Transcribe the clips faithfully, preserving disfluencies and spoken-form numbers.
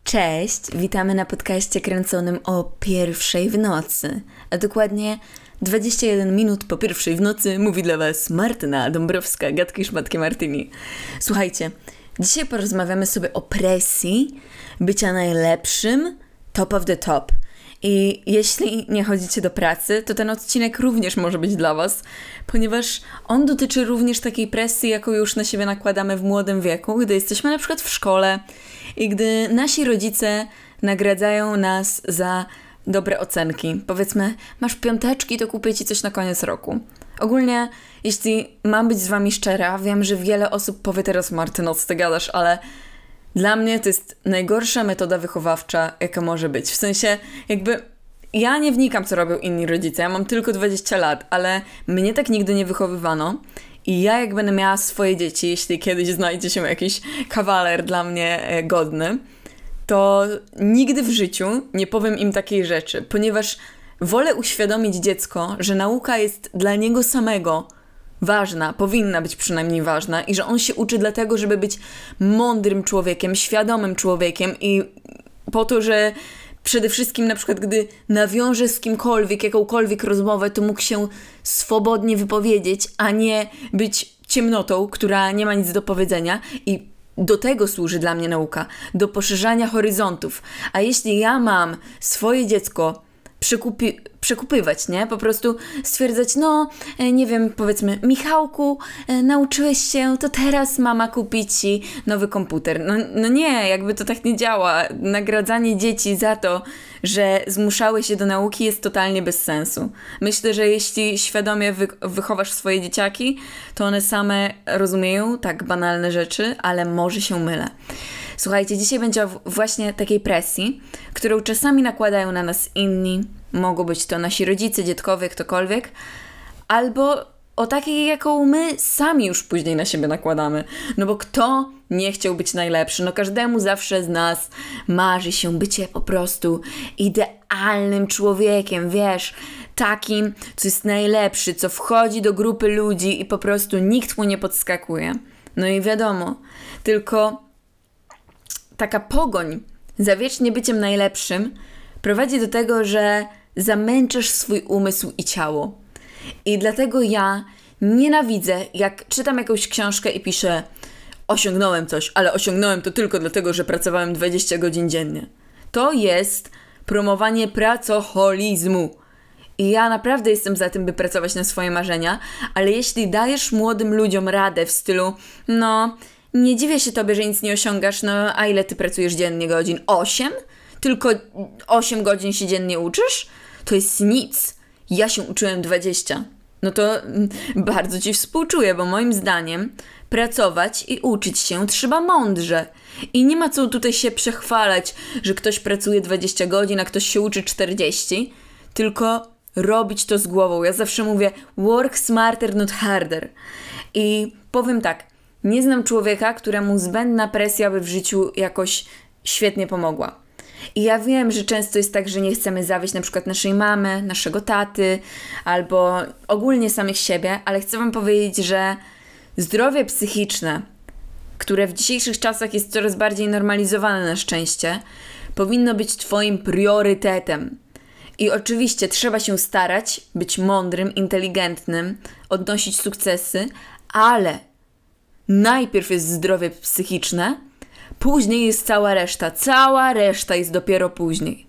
Cześć, witamy na podcaście kręconym o pierwszej w nocy, a dokładnie dwadzieścia jeden minut po pierwszej w nocy mówi dla Was Martyna Dąbrowska, gadki szmatki Martyni. Słuchajcie, dzisiaj porozmawiamy sobie o presji bycia najlepszym, top of the top. I jeśli nie chodzicie do pracy, to ten odcinek również może być dla Was, ponieważ on dotyczy również takiej presji, jaką już na siebie nakładamy w młodym wieku, gdy jesteśmy na przykład w szkole i gdy nasi rodzice nagradzają nas za dobre ocenki. Powiedzmy, masz piąteczki, to kupię Ci coś na koniec roku. Ogólnie, jeśli mam być z Wami szczera, wiem, że wiele osób powie teraz: Martyno, co ty gadasz, ale dla mnie to jest najgorsza metoda wychowawcza, jaka może być. W sensie, jakby ja nie wnikam, co robią inni rodzice. Ja mam tylko dwadzieścia lat, ale mnie tak nigdy nie wychowywano. I ja, jak będę miała swoje dzieci, jeśli kiedyś znajdzie się jakiś kawaler dla mnie e, godny, to nigdy w życiu nie powiem im takiej rzeczy, ponieważ wolę uświadomić dziecko, że nauka jest dla niego samego ważna, powinna być przynajmniej ważna i że on się uczy dlatego, żeby być mądrym człowiekiem, świadomym człowiekiem i po to, że przede wszystkim na przykład gdy nawiąże z kimkolwiek jakąkolwiek rozmowę, to mógł się swobodnie wypowiedzieć, a nie być ciemnotą, która nie ma nic do powiedzenia. I do tego służy dla mnie nauka, do poszerzania horyzontów. A jeśli ja mam swoje dziecko przekupi- przekupywać, nie? Po prostu stwierdzać, no, e, nie wiem, powiedzmy, Michałku, e, nauczyłeś się, to teraz mama kupi Ci nowy komputer. No, no nie, jakby to tak nie działa. Nagradzanie dzieci za to, że zmuszały się do nauki, jest totalnie bez sensu. Myślę, że jeśli świadomie wy- wychowasz swoje dzieciaki, to one same rozumieją tak banalne rzeczy, ale może się mylę. Słuchajcie, dzisiaj będzie o właśnie takiej presji, którą czasami nakładają na nas inni, mogą być to nasi rodzice, dziadkowie, ktokolwiek, albo o takiej, jaką my sami już później na siebie nakładamy. No bo kto nie chciał być najlepszy? No każdemu zawsze z nas marzy się bycie po prostu idealnym człowiekiem, wiesz, takim, co jest najlepszy, co wchodzi do grupy ludzi i po prostu nikt mu nie podskakuje. No i wiadomo, tylko taka pogoń za wiecznie byciem najlepszym prowadzi do tego, że zamęczasz swój umysł i ciało. I dlatego ja nienawidzę, jak czytam jakąś książkę i piszę: osiągnąłem coś, ale osiągnąłem to tylko dlatego, że pracowałem dwadzieścia godzin dziennie. To jest promowanie pracoholizmu. I ja naprawdę jestem za tym, by pracować na swoje marzenia, ale jeśli dajesz młodym ludziom radę w stylu: no, nie dziwię się tobie, że nic nie osiągasz, no a ile ty pracujesz dziennie godzin? Osiem? Tylko osiem godzin się dziennie uczysz? To jest nic. Ja się uczyłem dwadzieścia. No to mm, bardzo Ci współczuję, bo moim zdaniem pracować i uczyć się trzeba mądrze. I nie ma co tutaj się przechwalać, że ktoś pracuje dwadzieścia godzin, a ktoś się uczy czterdzieści, tylko robić to z głową. Ja zawsze mówię: work smarter, not harder. I powiem tak, nie znam człowieka, któremu zbędna presja by w życiu jakoś świetnie pomogła. I ja wiem, że często jest tak, że nie chcemy zawieść na przykład naszej mamy, naszego taty, albo ogólnie samych siebie, ale chcę Wam powiedzieć, że zdrowie psychiczne, które w dzisiejszych czasach jest coraz bardziej normalizowane na szczęście, powinno być Twoim priorytetem. I oczywiście trzeba się starać, być mądrym, inteligentnym, odnosić sukcesy, ale najpierw jest zdrowie psychiczne, później jest cała reszta. Cała reszta jest dopiero później.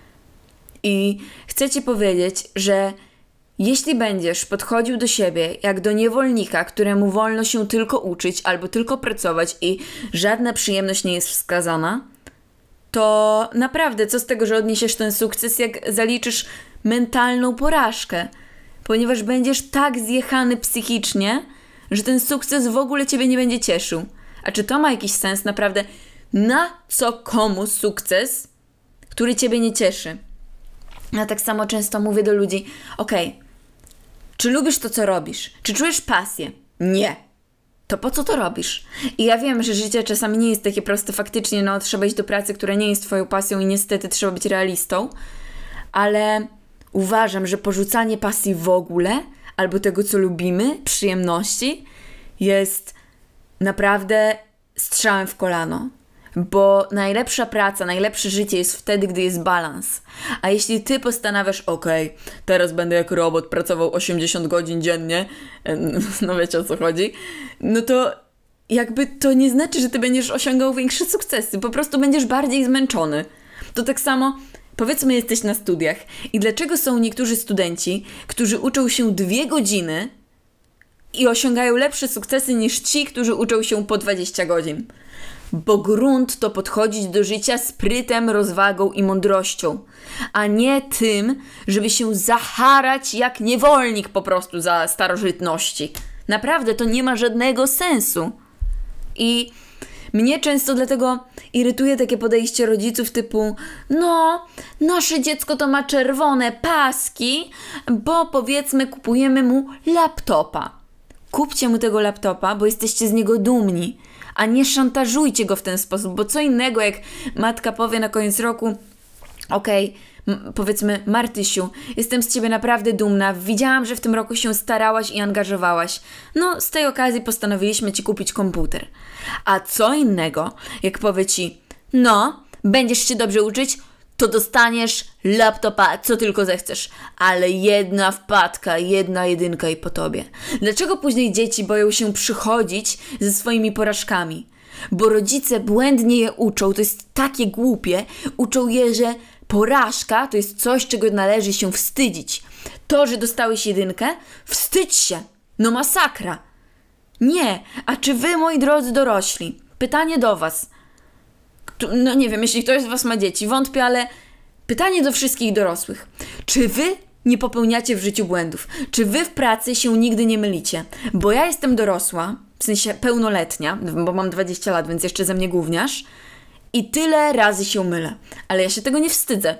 I chcę Ci powiedzieć, że jeśli będziesz podchodził do siebie jak do niewolnika, któremu wolno się tylko uczyć albo tylko pracować i żadna przyjemność nie jest wskazana, to naprawdę co z tego, że odniesiesz ten sukces, jak zaliczysz mentalną porażkę? Ponieważ będziesz tak zjechany psychicznie, że ten sukces w ogóle Ciebie nie będzie cieszył. A czy to ma jakiś sens naprawdę? Na co komu sukces, który Ciebie nie cieszy? Ja tak samo często mówię do ludzi: okej, okay, czy lubisz to, co robisz? Czy czujesz pasję? Nie. To po co to robisz? I ja wiem, że życie czasami nie jest takie proste faktycznie, no trzeba iść do pracy, która nie jest Twoją pasją i niestety trzeba być realistą, ale uważam, że porzucanie pasji w ogóle, albo tego, co lubimy, przyjemności, jest naprawdę strzałem w kolano. Bo najlepsza praca, najlepsze życie jest wtedy, gdy jest balans. A jeśli ty postanawiasz, okej, okay, teraz będę jak robot pracował osiemdziesiąt godzin dziennie, no wiecie o co chodzi, no to jakby to nie znaczy, że ty będziesz osiągał większe sukcesy, po prostu będziesz bardziej zmęczony. To tak samo, powiedzmy jesteś na studiach i dlaczego są niektórzy studenci, którzy uczą się dwie godziny i osiągają lepsze sukcesy niż ci, którzy uczą się po dwadzieścia godzin? Bo grunt to podchodzić do życia sprytem, rozwagą i mądrością, a nie tym, żeby się zaharać jak niewolnik po prostu za starożytności. Naprawdę to nie ma żadnego sensu. I mnie często dlatego irytuje takie podejście rodziców typu no, nasze dziecko to ma czerwone paski, bo powiedzmy kupujemy mu laptopa. Kupcie mu tego laptopa, bo jesteście z niego dumni, a nie szantażujcie go w ten sposób, bo co innego jak matka powie na koniec roku okej, okay, powiedzmy Martysiu, jestem z ciebie naprawdę dumna, widziałam, że w tym roku się starałaś i angażowałaś. No, z tej okazji postanowiliśmy ci kupić komputer. A co innego, jak powie ci, no, będziesz się dobrze uczyć, to dostaniesz laptopa, co tylko zechcesz. Ale jedna wpadka, jedna jedynka i po tobie. Dlaczego później dzieci boją się przychodzić ze swoimi porażkami? Bo rodzice błędnie je uczą, to jest takie głupie, uczą je, że porażka to jest coś, czego należy się wstydzić. To, że dostałeś jedynkę, wstydź się. No masakra. Nie, a czy wy, moi drodzy dorośli, pytanie do was, no nie wiem, jeśli ktoś z was ma dzieci, wątpię, ale pytanie do wszystkich dorosłych. Czy wy nie popełniacie w życiu błędów? Czy wy w pracy się nigdy nie mylicie? Bo ja jestem dorosła, w sensie pełnoletnia, bo mam dwadzieścia lat, więc jeszcze ze mnie gówniarz, i tyle razy się mylę. Ale ja się tego nie wstydzę.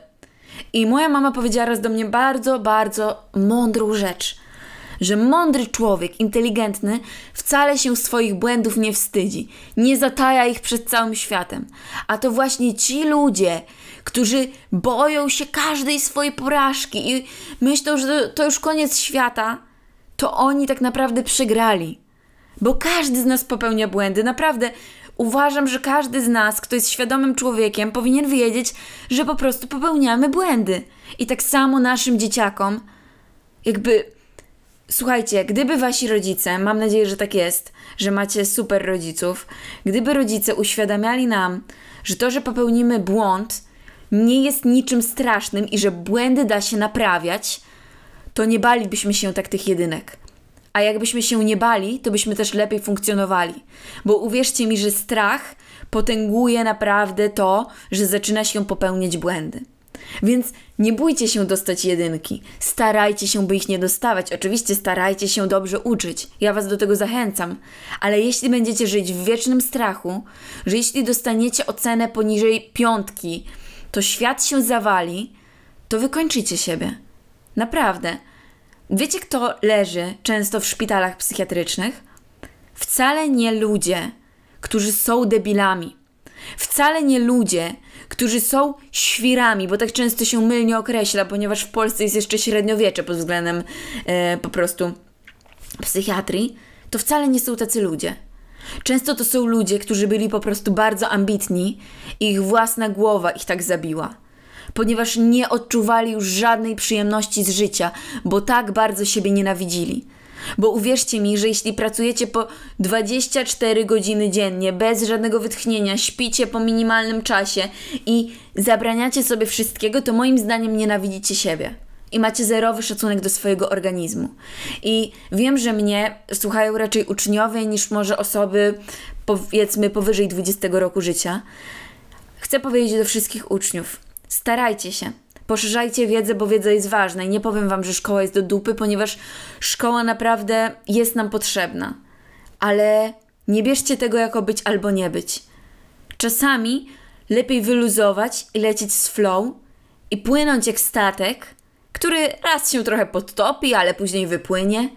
I moja mama powiedziała raz do mnie bardzo, bardzo mądrą rzecz. Że mądry człowiek, inteligentny, wcale się swoich błędów nie wstydzi. Nie zataja ich przed całym światem. A to właśnie ci ludzie, którzy boją się każdej swojej porażki i myślą, że to już koniec świata, to oni tak naprawdę przegrali. Bo każdy z nas popełnia błędy. Naprawdę uważam, że każdy z nas, kto jest świadomym człowiekiem, powinien wiedzieć, że po prostu popełniamy błędy. I tak samo naszym dzieciakom, jakby... Słuchajcie, gdyby wasi rodzice, mam nadzieję, że tak jest, że macie super rodziców, gdyby rodzice uświadamiali nam, że to, że popełnimy błąd, nie jest niczym strasznym i że błędy da się naprawiać, to nie balibyśmy się tak tych jedynek. A jakbyśmy się nie bali, to byśmy też lepiej funkcjonowali. Bo uwierzcie mi, że strach potęguje naprawdę to, że zaczyna się popełniać błędy. Więc nie bójcie się dostać jedynki. Starajcie się, by ich nie dostawać. Oczywiście starajcie się dobrze uczyć. Ja was do tego zachęcam. Ale jeśli będziecie żyć w wiecznym strachu, że jeśli dostaniecie ocenę poniżej piątki, to świat się zawali, to wykończycie siebie. Naprawdę. Wiecie, kto leży często w szpitalach psychiatrycznych? Wcale nie ludzie, którzy są debilami. Wcale nie ludzie, którzy są świrami, bo tak często się mylnie określa, ponieważ w Polsce jest jeszcze średniowiecze pod względem e, po prostu psychiatrii, to wcale nie są tacy ludzie. Często to są ludzie, którzy byli po prostu bardzo ambitni i ich własna głowa ich tak zabiła. Ponieważ nie odczuwali już żadnej przyjemności z życia, bo tak bardzo siebie nienawidzili. Bo uwierzcie mi, że jeśli pracujecie po dwadzieścia cztery godziny dziennie, bez żadnego wytchnienia, śpicie po minimalnym czasie i zabraniacie sobie wszystkiego, to moim zdaniem nienawidzicie siebie. I macie zerowy szacunek do swojego organizmu. I wiem, że mnie słuchają raczej uczniowie niż może osoby, powiedzmy, powyżej dwudziestego roku życia. Chcę powiedzieć do wszystkich uczniów, starajcie się. Poszerzajcie wiedzę, bo wiedza jest ważna i nie powiem wam, że szkoła jest do dupy, ponieważ szkoła naprawdę jest nam potrzebna. Ale nie bierzcie tego jako być albo nie być. Czasami lepiej wyluzować i lecieć z flow i płynąć jak statek, który raz się trochę podtopi, ale później wypłynie,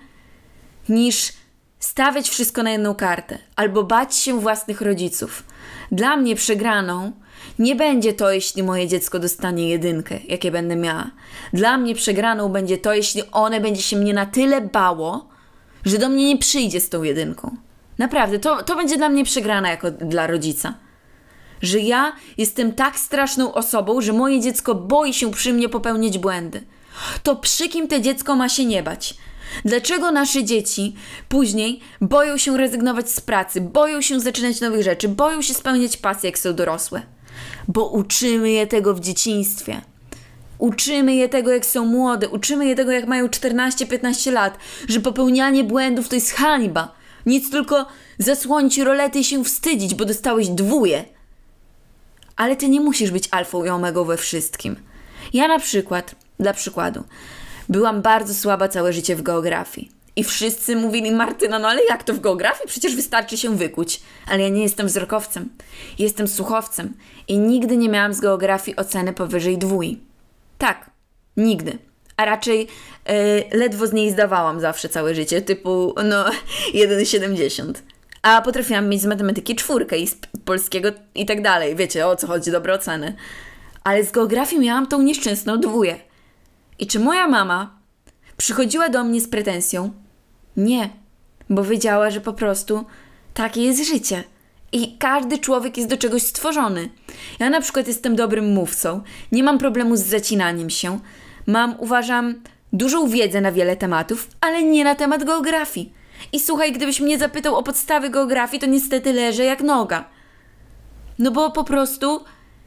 niż stawiać wszystko na jedną kartę albo bać się własnych rodziców. Dla mnie przegraną nie będzie to, jeśli moje dziecko dostanie jedynkę, jakie będę miała. Dla mnie przegraną będzie to, jeśli one będzie się mnie na tyle bało, że do mnie nie przyjdzie z tą jedynką. Naprawdę, to, to będzie dla mnie przegrana jako dla rodzica. że ja jestem tak straszną osobą, że moje dziecko boi się przy mnie popełniać błędy. To przy kim to dziecko ma się nie bać? Dlaczego nasze dzieci później boją się rezygnować z pracy, boją się zaczynać nowych rzeczy, boją się spełniać pasje, jak są dorosłe? Bo uczymy je tego w dzieciństwie. Uczymy je tego, jak są młode, uczymy je tego, jak mają czternaście piętnaście lat, że popełnianie błędów to jest hańba. Nic tylko zasłonić rolety i się wstydzić, bo dostałeś dwóje. Ale ty nie musisz być alfą i omegą we wszystkim. Ja na przykład, dla przykładu, byłam bardzo słaba całe życie w geografii. I wszyscy mówili: Martyna, no ale jak to w geografii? Przecież wystarczy się wykuć. Ale ja nie jestem wzrokowcem. Jestem słuchowcem. I nigdy nie miałam z geografii oceny powyżej dwój. Tak, nigdy. A raczej yy, ledwo z niej zdawałam zawsze całe życie, typu no jeden przecinek siedemdziesiąt. A potrafiłam mieć z matematyki czwórkę i z polskiego i tak dalej. Wiecie, o co chodzi, dobre oceny. Ale z geografii miałam tą nieszczęsną dwóję. I czy moja mama przychodziła do mnie z pretensją? Nie, bo wiedziała, że po prostu takie jest życie. I każdy człowiek jest do czegoś stworzony. Ja na przykład jestem dobrym mówcą, nie mam problemu z zacinaniem się. Mam, uważam, dużą wiedzę na wiele tematów, ale nie na temat geografii. I słuchaj, gdybyś mnie zapytał o podstawy geografii, to niestety leżę jak noga. No bo po prostu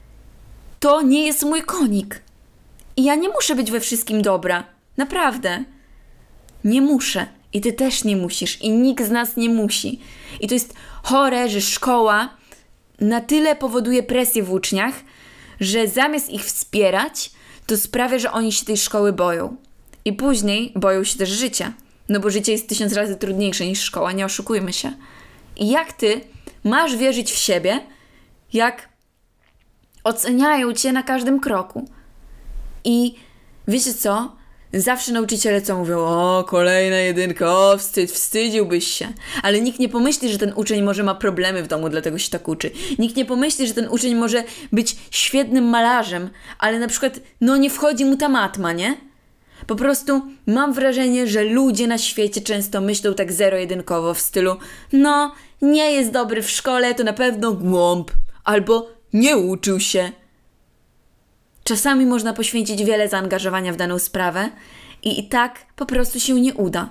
to nie jest mój konik. I ja nie muszę być we wszystkim dobra. Naprawdę. Nie muszę. I ty też nie musisz. I nikt z nas nie musi. I to jest chore, że szkoła na tyle powoduje presję w uczniach, że zamiast ich wspierać, to sprawia, że oni się tej szkoły boją. I później boją się też życia. No bo życie jest tysiąc razy trudniejsze niż szkoła, nie oszukujmy się. I jak ty masz wierzyć w siebie, jak oceniają cię na każdym kroku? I wiecie co? Zawsze nauczyciele co mówią: o, kolejna jedynka, o, wstyd, wstydziłbyś się. Ale nikt nie pomyśli, że ten uczeń może ma problemy w domu, dlatego się tak uczy. Nikt nie pomyśli, że ten uczeń może być świetnym malarzem, ale na przykład, no nie wchodzi mu ta matma, nie? Po prostu mam wrażenie, że ludzie na świecie często myślą tak zero-jedynkowo w stylu: no, nie jest dobry w szkole, to na pewno głąb, albo nie uczył się. Czasami można poświęcić wiele zaangażowania w daną sprawę i i tak po prostu się nie uda.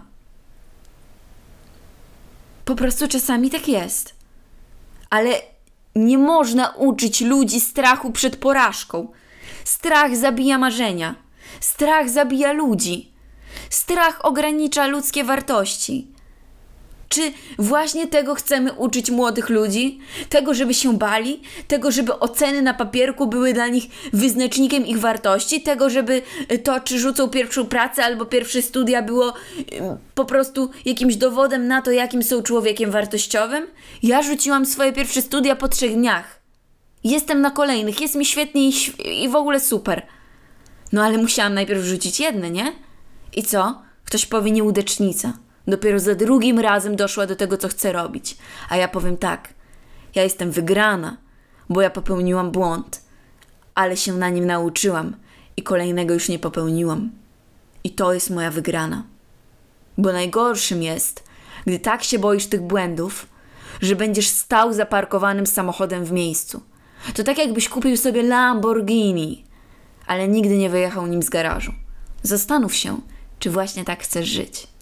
Po prostu czasami tak jest. Ale nie można uczyć ludzi strachu przed porażką. Strach zabija marzenia. Strach zabija ludzi. Strach ogranicza ludzkie wartości. Czy właśnie tego chcemy uczyć młodych ludzi? Tego, żeby się bali? Tego, żeby oceny na papierku były dla nich wyznacznikiem ich wartości? Tego, żeby to, czy rzucą pierwszą pracę albo pierwsze studia było po prostu jakimś dowodem na to, jakim są człowiekiem wartościowym? Ja rzuciłam swoje pierwsze studia po trzech dniach. Jestem na kolejnych, jest mi świetnie i, i w ogóle super. No ale musiałam najpierw rzucić jedne, nie? I co? Ktoś powie: nieudacznica. Dopiero za drugim razem doszła do tego, co chce robić. A ja powiem tak: ja jestem wygrana, bo ja popełniłam błąd, ale się na nim nauczyłam i kolejnego już nie popełniłam. I to jest moja wygrana. Bo najgorszym jest, gdy tak się boisz tych błędów, że będziesz stał zaparkowanym samochodem w miejscu. To tak jakbyś kupił sobie Lamborghini, ale nigdy nie wyjechał nim z garażu. Zastanów się, czy właśnie tak chcesz żyć.